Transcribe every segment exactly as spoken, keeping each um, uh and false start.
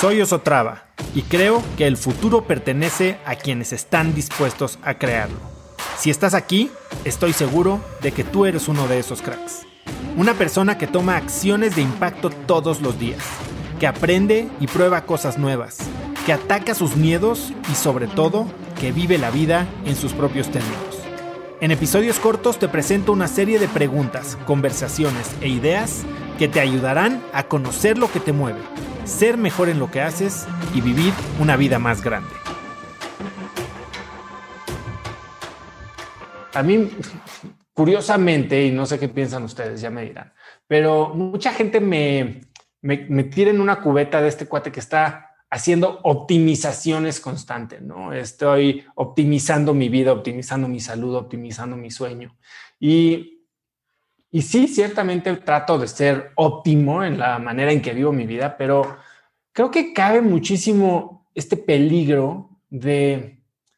Soy Osotrava y creo que el futuro pertenece a quienes están dispuestos a crearlo. Si estás aquí, estoy seguro de que tú eres uno de esos cracks. Una persona que toma acciones de impacto todos los días, que aprende y prueba cosas nuevas, que ataca sus miedos y sobre todo, que vive la vida en sus propios términos. En episodios cortos te presento una serie de preguntas, conversaciones e ideas que te ayudarán a conocer lo que te mueve, ser mejor en lo que haces y vivir una vida más grande. A mí, curiosamente, y no sé qué piensan ustedes, ya me dirán, pero mucha gente me, me, me tira en una cubeta de este cuate que está haciendo optimizaciones constantes, ¿no? Estoy optimizando mi vida, optimizando mi salud, optimizando mi sueño. Y, y sí, ciertamente trato de ser óptimo en la manera en que vivo mi vida, pero creo que cabe muchísimo este peligro de,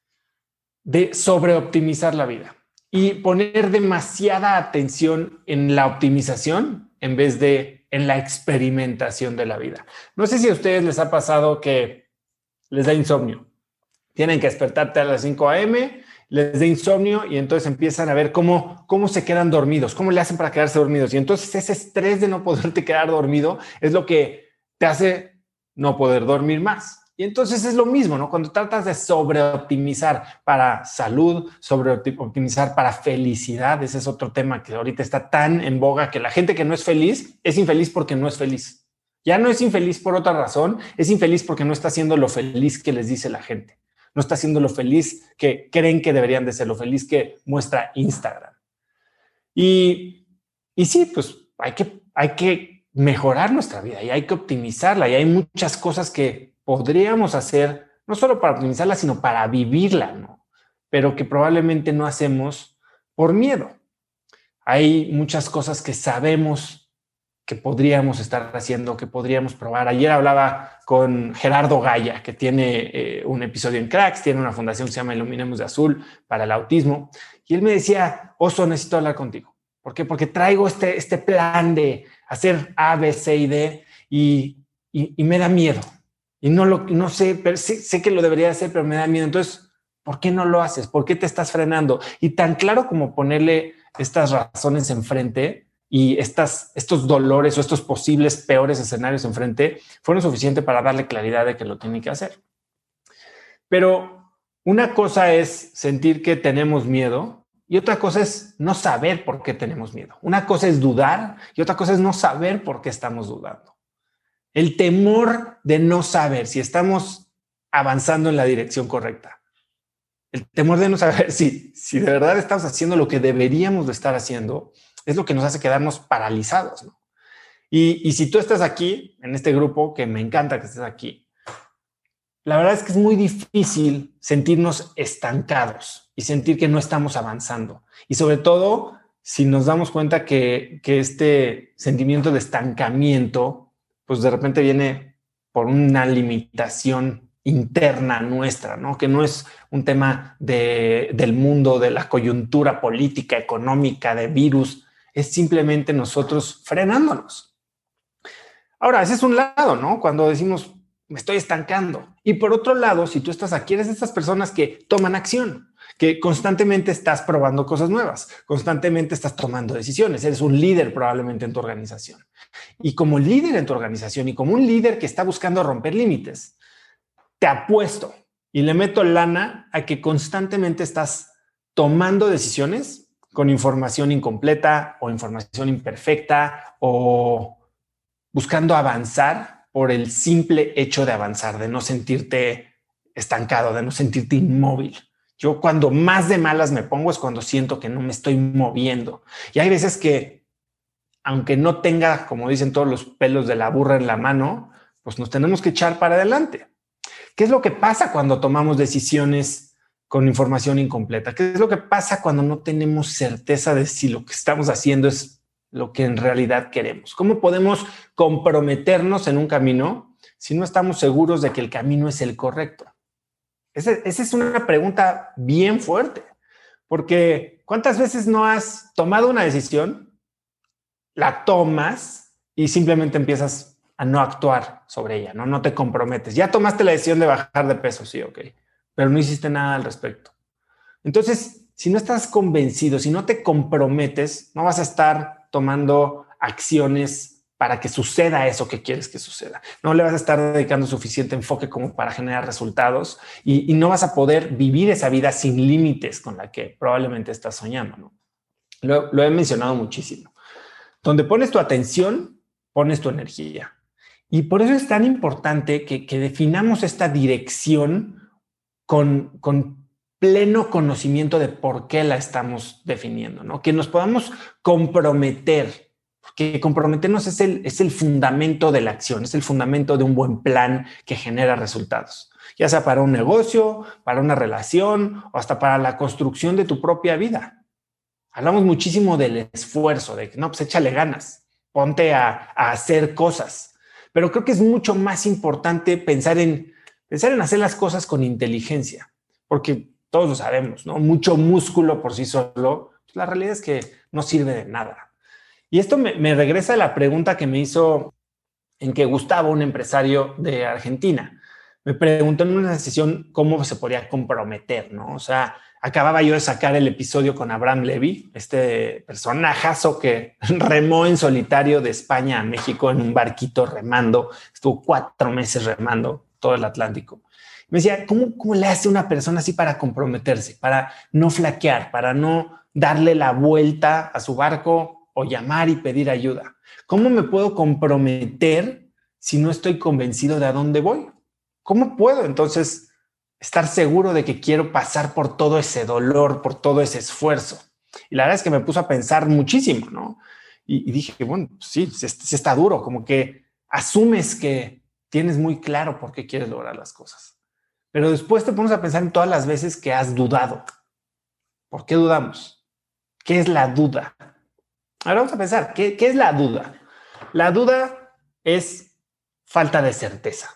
de sobreoptimizar la vida y poner demasiada atención en la optimización en vez de en la experimentación de la vida. No sé si a ustedes les ha pasado que les da insomnio. Tienen que despertarte a las cinco a eme, les da insomnio y entonces empiezan a ver cómo, cómo se quedan dormidos, cómo le hacen para quedarse dormidos. Y entonces ese estrés de no poderte quedar dormido es lo que te hace no poder dormir más. Y entonces es lo mismo, ¿no? Cuando tratas de sobreoptimizar para salud, sobreoptimizar para felicidad, ese es otro tema que ahorita está tan en boga que la gente que no es feliz es infeliz porque no es feliz. Ya no es infeliz por otra razón, es infeliz porque no está haciendo lo feliz que les dice la gente. No está haciendo lo feliz que creen que deberían de ser, lo feliz que muestra Instagram. Y, y sí, pues hay que, hay que mejorar nuestra vida y hay que optimizarla y hay muchas cosas que podríamos hacer, no solo para optimizarla, sino para vivirla, ¿no? Pero que probablemente no hacemos por miedo. Hay muchas cosas que sabemos que podríamos estar haciendo, que podríamos probar. Ayer hablaba con Gerardo Gaya, que tiene eh, un episodio en Cracks, tiene una fundación que se llama Iluminemos de Azul para el autismo. Y él me decía, Oso, necesito hablar contigo. ¿Por qué? Porque traigo este, este plan de hacer A, B, C y D y, y, y me da miedo. Y no lo no sé, pero sí, sé que lo debería hacer, pero me da miedo. Entonces, ¿por qué no lo haces? ¿Por qué te estás frenando? Y tan claro como ponerle estas razones enfrente y estas, estos dolores o estos posibles peores escenarios enfrente fueron suficientes para darle claridad de que lo tiene que hacer. Pero una cosa es sentir que tenemos miedo y otra cosa es no saber por qué tenemos miedo. Una cosa es dudar y otra cosa es no saber por qué estamos dudando. El temor de no saber si estamos avanzando en la dirección correcta. El temor de no saber si, si de verdad estamos haciendo lo que deberíamos de estar haciendo es lo que nos hace quedarnos paralizados, ¿no? Y, y si tú estás aquí, en este grupo, que me encanta que estés aquí, la verdad es que es muy difícil sentirnos estancados y sentir que no estamos avanzando. Y sobre todo, si nos damos cuenta que, que este sentimiento de estancamiento pues de repente viene por una limitación interna nuestra, ¿no? Que no es un tema de, del mundo, de la coyuntura política, económica, de virus, es simplemente nosotros frenándonos. Ahora, ese es un lado, ¿no? Cuando decimos, me estoy estancando. Y por otro lado, si tú estás aquí, eres de estas personas que toman acción, que constantemente estás probando cosas nuevas, constantemente estás tomando decisiones, eres un líder probablemente en tu organización. Y como líder en tu organización y como un líder que está buscando romper límites, te apuesto y le meto lana a que constantemente estás tomando decisiones con información incompleta o información imperfecta o buscando avanzar por el simple hecho de avanzar, de no sentirte estancado, de no sentirte inmóvil. Yo cuando más de malas me pongo es cuando siento que no me estoy moviendo. Y hay veces que, aunque no tenga, como dicen todos los pelos de la burra en la mano, pues nos tenemos que echar para adelante. ¿Qué es lo que pasa cuando tomamos decisiones con información incompleta? ¿Qué es lo que pasa cuando no tenemos certeza de si lo que estamos haciendo es lo que en realidad queremos? ¿Cómo podemos comprometernos en un camino si no estamos seguros de que el camino es el correcto? Esa, esa es una pregunta bien fuerte, porque ¿cuántas veces no has tomado una decisión, la tomas y simplemente empiezas a no actuar sobre ella, ¿no? No te comprometes. Ya tomaste la decisión de bajar de peso, sí, ok, pero no hiciste nada al respecto. Entonces, si no estás convencido, si no te comprometes, no vas a estar tomando acciones para que suceda eso que quieres que suceda. No le vas a estar dedicando suficiente enfoque como para generar resultados y, y no vas a poder vivir esa vida sin límites con la que probablemente estás soñando, ¿no? Lo, lo he mencionado muchísimo. Donde pones tu atención, pones tu energía. Y por eso es tan importante que, que definamos esta dirección con, con pleno conocimiento de por qué la estamos definiendo, ¿no? Que nos podamos comprometer, porque comprometernos es el, es el fundamento de la acción, es el fundamento de un buen plan que genera resultados, ya sea para un negocio, para una relación o hasta para la construcción de tu propia vida. Hablamos muchísimo del esfuerzo, de que no, pues échale ganas, ponte a, a hacer cosas. Pero creo que es mucho más importante pensar en, pensar en hacer las cosas con inteligencia, porque todos lo sabemos, ¿no? Mucho músculo por sí solo, pues la realidad es que no sirve de nada. Y esto me, me regresa a la pregunta que me hizo en que Gustavo, un empresario de Argentina, me preguntó en una sesión cómo se podía comprometer, ¿no? O sea, acababa yo de sacar el episodio con Abraham Levy, este personajazo que remó en solitario de España a México en un barquito remando. Estuvo cuatro meses remando todo el Atlántico. Me decía, ¿cómo, cómo le hace una persona así para comprometerse, para no flaquear, para no darle la vuelta a su barco o llamar y pedir ayuda? ¿Cómo me puedo comprometer si no estoy convencido de a dónde voy? ¿Cómo puedo entonces estar seguro de que quiero pasar por todo ese dolor, por todo ese esfuerzo? Y la verdad es que me puso a pensar muchísimo, ¿no? Y, y dije, bueno, sí, sí, sí está duro, como que asumes que tienes muy claro por qué quieres lograr las cosas. Pero después te pones a pensar en todas las veces que has dudado. ¿Por qué dudamos? ¿Qué es la duda? Ahora vamos a pensar, ¿qué, qué es la duda? La duda es falta de certeza.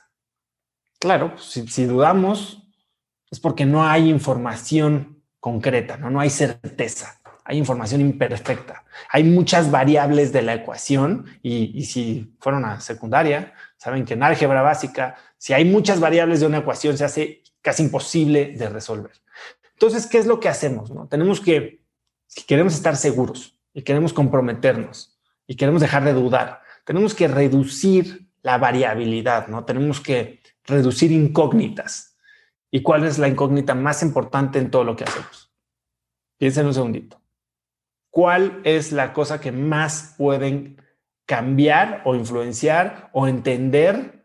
Claro, si, si dudamos es porque no hay información concreta, ¿no? No hay certeza, hay información imperfecta. Hay muchas variables de la ecuación y, y si fueron a secundaria, saben que en álgebra básica, si hay muchas variables de una ecuación, se hace casi imposible de resolver. Entonces, ¿qué es lo que hacemos, no? Tenemos que, si queremos estar seguros y queremos comprometernos y queremos dejar de dudar, tenemos que reducir la variabilidad, ¿no? Tenemos que reducir incógnitas. ¿Y cuál es la incógnita más importante en todo lo que hacemos? Piensen un segundito. ¿Cuál es la cosa que más pueden cambiar o influenciar o entender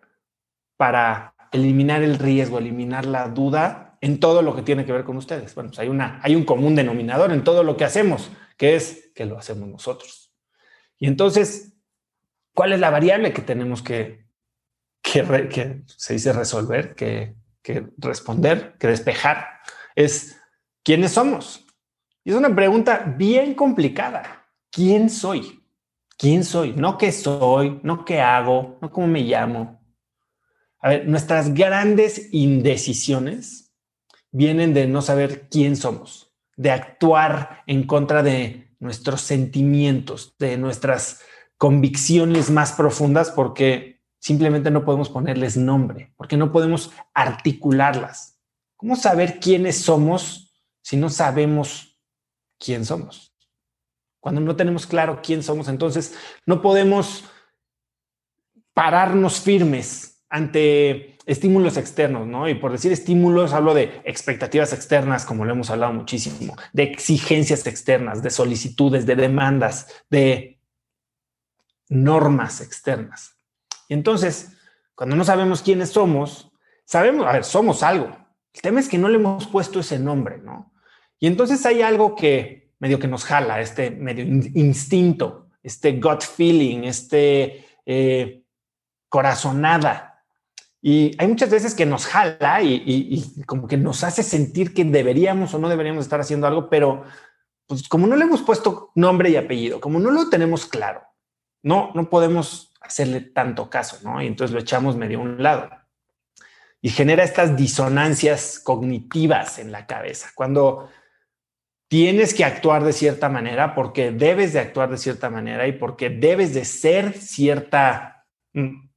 para eliminar el riesgo, eliminar la duda en todo lo que tiene que ver con ustedes? Bueno, pues hay, una, hay un común denominador en todo lo que hacemos, que es que lo hacemos nosotros. Y entonces, ¿cuál es la variable que tenemos que, que, re, que se dice resolver, que, que responder, que despejar? Es ¿quiénes somos? Y es una pregunta bien complicada. ¿Quién soy? ¿Quién soy? No qué soy, no qué hago, no cómo me llamo. A ver, nuestras grandes indecisiones vienen de no saber quién somos, de actuar en contra de nuestros sentimientos, de nuestras convicciones más profundas, porque simplemente no podemos ponerles nombre, porque no podemos articularlas. ¿Cómo saber quiénes somos si no sabemos quién somos? Cuando no tenemos claro quién somos, entonces no podemos pararnos firmes ante estímulos externos, ¿no? Y por decir estímulos, hablo de expectativas externas, como lo hemos hablado muchísimo, de exigencias externas, de solicitudes, de demandas, de normas externas. Y entonces, cuando no sabemos quiénes somos, sabemos, a ver, somos algo. El tema es que no le hemos puesto ese nombre, ¿no? Y entonces hay algo que medio que nos jala, este medio instinto, este gut feeling, este eh, corazonada. Y hay muchas veces que nos jala y, y, y como que nos hace sentir que deberíamos o no deberíamos estar haciendo algo, pero pues como no le hemos puesto nombre y apellido, como no lo tenemos claro, no, no podemos hacerle tanto caso, ¿no? Y entonces lo echamos medio a un lado. Y genera estas disonancias cognitivas en la cabeza. Cuando tienes que actuar de cierta manera, porque debes de actuar de cierta manera y porque debes de ser cierta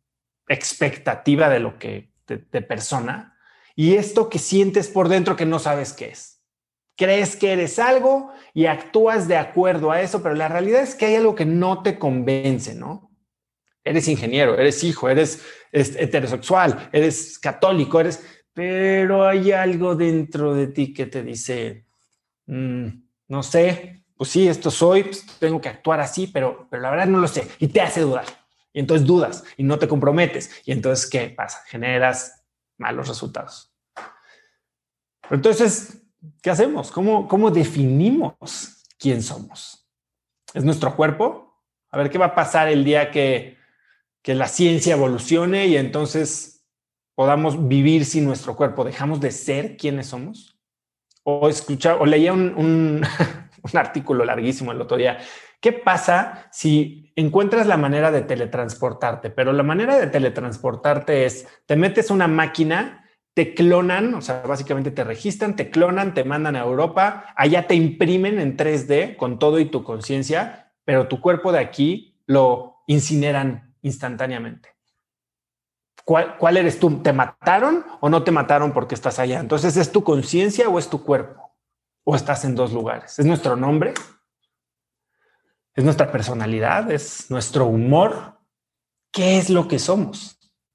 expectativa de lo que, de, de persona, y esto que sientes por dentro que no sabes qué es. Crees que eres algo y actúas de acuerdo a eso, pero la realidad es que hay algo que no te convence, ¿no? Eres ingeniero, eres hijo, eres, eres heterosexual, eres católico, eres, pero hay algo dentro de ti que te dice, mmm, no sé, pues sí, esto soy, pues tengo que actuar así, pero, pero la verdad no lo sé, y te hace dudar. Y entonces dudas y no te comprometes. Y entonces, ¿qué pasa? Generas malos resultados. Pero entonces, ¿qué hacemos? ¿Cómo, cómo definimos quién somos? ¿Es nuestro cuerpo? A ver, ¿qué va a pasar el día que, que la ciencia evolucione y entonces podamos vivir sin nuestro cuerpo? ¿Dejamos de ser quienes somos? O escuchar, o leía un, un, un artículo larguísimo el otro día. ¿Qué pasa si encuentras la manera de teletransportarte? Pero la manera de teletransportarte es, te metes a una máquina, te clonan, o sea, básicamente te registran, te clonan, te mandan a Europa, allá te imprimen en tres D con todo y tu conciencia, pero tu cuerpo de aquí lo incineran instantáneamente. ¿Cuál, ¿Cuál eres tú? ¿Te mataron o no te mataron porque estás allá? Entonces, ¿es tu conciencia o es tu cuerpo? ¿O estás en dos lugares? ¿Es nuestro nombre? ¿Es nuestra personalidad? ¿Es nuestro humor? ¿Qué es lo que somos?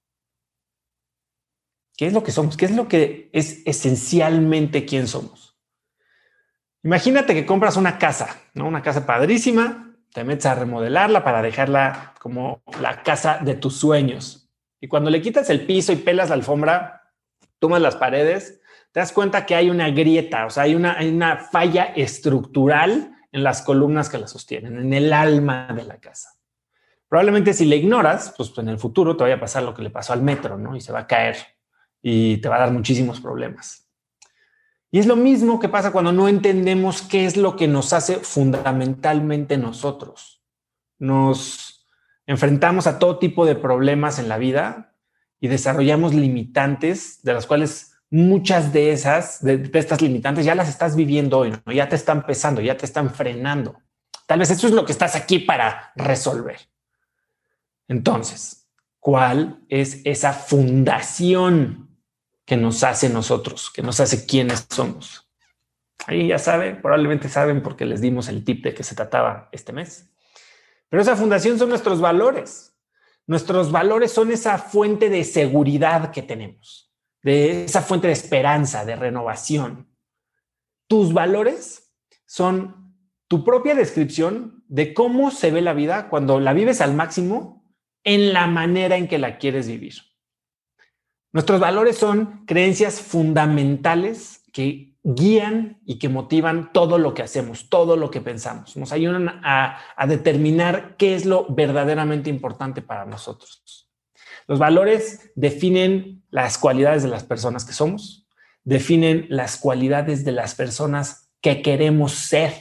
¿Qué es lo que somos? ¿Qué es lo que es esencialmente quién somos? Imagínate que compras una casa, ¿no? Una casa padrísima, te metes a remodelarla para dejarla como la casa de tus sueños. Y cuando le quitas el piso y pelas la alfombra, tomas las paredes, te das cuenta que hay una grieta, o sea, hay una, hay una falla estructural en las columnas que la sostienen, en el alma de la casa. Probablemente si le ignoras, pues en el futuro te vaya a pasar lo que le pasó al metro, ¿no? Y se va a caer y te va a dar muchísimos problemas. Y es lo mismo que pasa cuando no entendemos qué es lo que nos hace fundamentalmente nosotros. Nos enfrentamos a todo tipo de problemas en la vida y desarrollamos limitantes, de las cuales muchas de esas, de, de estas limitantes ya las estás viviendo hoy, ¿no? Ya te están pesando, ya te están frenando. Tal vez eso es lo que estás aquí para resolver. Entonces, ¿cuál es esa fundación que nos hace nosotros, que nos hace quienes somos? Ahí ya saben, probablemente saben porque les dimos el tip de que se trataba este mes. Pero esa fundación son nuestros valores. Nuestros valores son esa fuente de seguridad que tenemos, de esa fuente de esperanza, de renovación. Tus valores son tu propia descripción de cómo se ve la vida cuando la vives al máximo en la manera en que la quieres vivir. Nuestros valores son creencias fundamentales que guían y que motivan todo lo que hacemos, todo lo que pensamos. Nos ayudan a, a determinar qué es lo verdaderamente importante para nosotros. Los valores definen las cualidades de las personas que somos, definen las cualidades de las personas que queremos ser.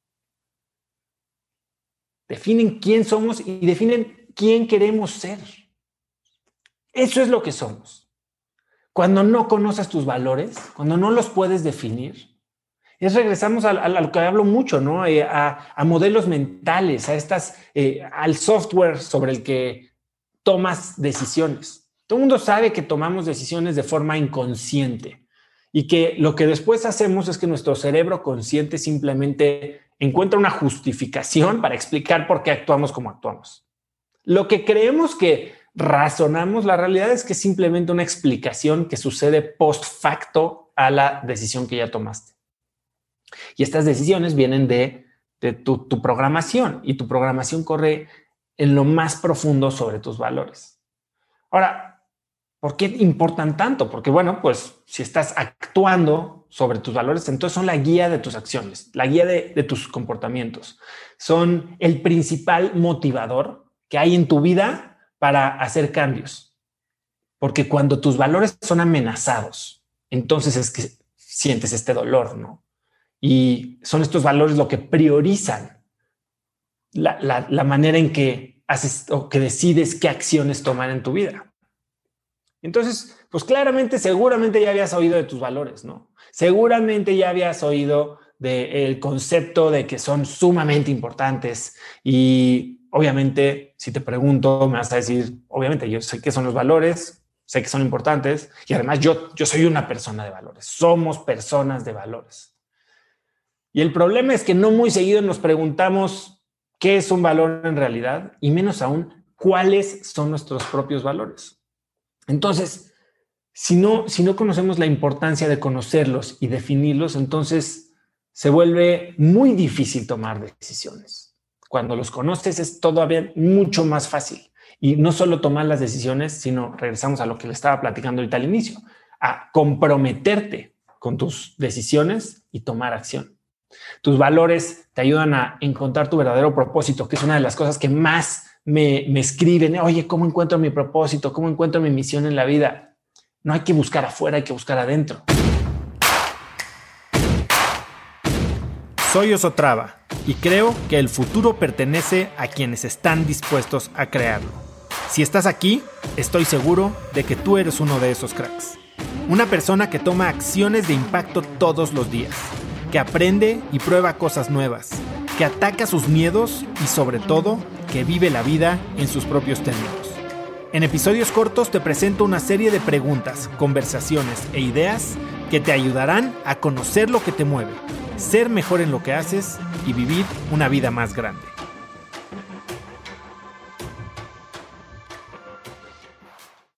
Definen quién somos y definen quién queremos ser. Eso es lo que somos. Cuando no conoces tus valores, cuando no los puedes definir, es regresamos a, a, a lo que hablo mucho, ¿no? Eh, a, a modelos mentales, a estas, eh, al software sobre el que tomas decisiones. Todo el mundo sabe que tomamos decisiones de forma inconsciente y que lo que después hacemos es que nuestro cerebro consciente simplemente encuentra una justificación para explicar por qué actuamos como actuamos. Lo que creemos que razonamos, la realidad es que es simplemente una explicación que sucede post facto a la decisión que ya tomaste. Y estas decisiones vienen de, de tu, tu programación, y tu programación corre en lo más profundo sobre tus valores. Ahora, ¿por qué importan tanto? Porque, bueno, pues si estás actuando sobre tus valores, entonces son la guía de tus acciones, la guía de, de tus comportamientos. Son el principal motivador que hay en tu vida para hacer cambios. Porque cuando tus valores son amenazados, entonces es que sientes este dolor, ¿no? Y son estos valores lo que priorizan la, la, la manera en que haces o que decides qué acciones tomar en tu vida. Entonces, pues claramente, seguramente ya habías oído de tus valores, ¿no? Seguramente ya habías oído del concepto de que son sumamente importantes y obviamente, si te pregunto, me vas a decir, obviamente, yo sé qué son los valores, sé que son importantes y además yo, yo soy una persona de valores. Somos personas de valores. Y el problema es que no muy seguido nos preguntamos qué es un valor en realidad y menos aún cuáles son nuestros propios valores. Entonces, si no, si no conocemos la importancia de conocerlos y definirlos, entonces se vuelve muy difícil tomar decisiones. Cuando los conoces es todavía mucho más fácil. Y no solo tomar las decisiones, sino regresamos a lo que le estaba platicando ahorita al inicio, a comprometerte con tus decisiones y tomar acción. Tus valores te ayudan a encontrar tu verdadero propósito, que es una de las cosas que más me, me escriben. Oye, ¿cómo encuentro mi propósito? ¿Cómo encuentro mi misión en la vida? No hay que buscar afuera, hay que buscar adentro. Soy Osotrava y creo que el futuro pertenece a quienes están dispuestos a crearlo. Si estás aquí, estoy seguro de que tú eres uno de esos cracks. Una persona que toma acciones de impacto todos los días, que aprende y prueba cosas nuevas, que ataca sus miedos y sobre todo, que vive la vida en sus propios términos. En episodios cortos te presento una serie de preguntas, conversaciones e ideas que te ayudarán a conocer lo que te mueve, ser mejor en lo que haces y vivir una vida más grande.